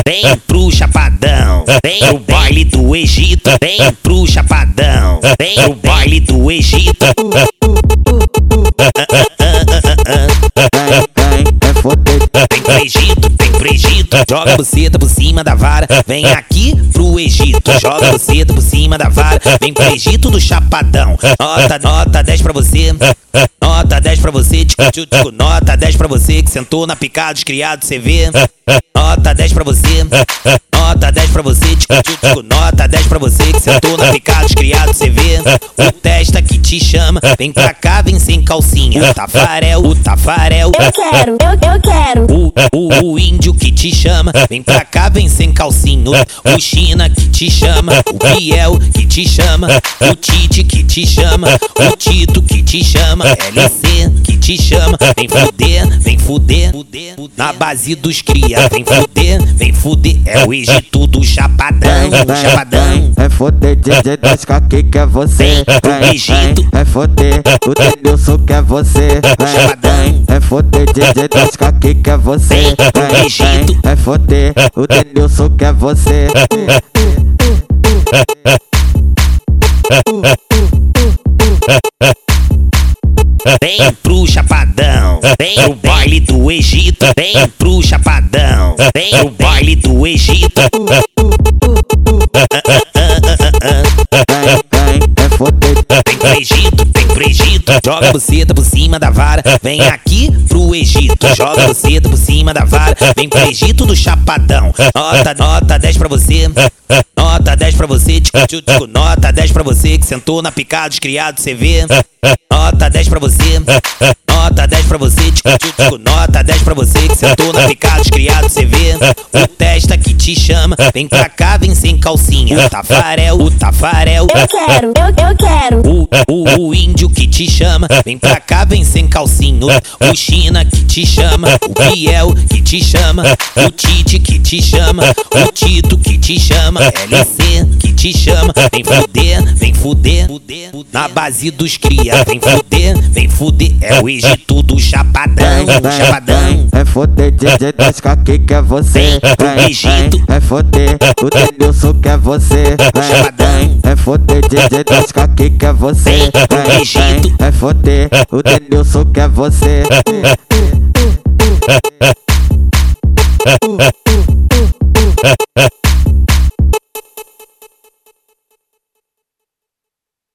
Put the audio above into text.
vem pro Chapadão, vem pro baile do Egito, vem pro Chapadão, vem pro baile do Egito. Vem pro Egito, vem pro Egito, joga a buceta por cima da vara. Vem aqui pro Egito, joga a buceta por cima da vara. Vem pro Egito do Chapadão. Nota 10 pra você, nota 10 pra você, tico, nota 10 pra você que sentou na picada dos criados, cê vê. Nota 10 pra você, nota 10 pra você, tico, nota 10 pra você que sentou na picada dos criados, cê vê. O testa que te chama, vem pra cá, vem sem calcinha. O Tafarel, eu quero. O índio que te chama, vem pra cá, vem sem calcinha. O China que te chama, o Biel que te chama, o Tite que te chama, o Tito que te chama, LC que te chama. Vem fuder, na base dos cria. Vem fuder, é o Egito do Chapadão, Chapadão. É foder, DJ das caqui que é você. O Egito, é foder, o Denilson que é você. Chapadão. É foder, DJ das caqui que é você. O Egito, é foder, o Denilson que é você. vem pro Chapadão, vem pro baile do Egito, vem pro Chapadão, vem pro baile do Egito. É foder, Vem pro Egito, joga a buceta por cima da vara. Vem aqui pro Egito, joga a buceta por cima da vara. Vem pro Egito do Chapadão. Nota 10 pra você, nota 10 pra você, tico, nota 10 pra você que sentou na picada dos criados, cê vê. Nota 10 pra você, nota 10 pra você, tico, nota 10 pra você que sentou na picada dos criados, cê vê. O testa que te chama, vem pra cá, vem sem calcinha. O Tafarel, Eu quero. o índio que te chama, vem pra cá, vem sem calcinha. O China que te chama, o Biel que te chama, o Tite que te chama, o Tito que te chama, LC que te chama. Vem fuder, na base dos cria. Vem fuder, é o Egito do Chapadão, Chapadão. é foder, DJ das caqui que é você. O Egito, É foder, o Denilson que é você. Chapadão. É foder, DJ das caqui que é você. O Egito, É foder, o Denilson que é você.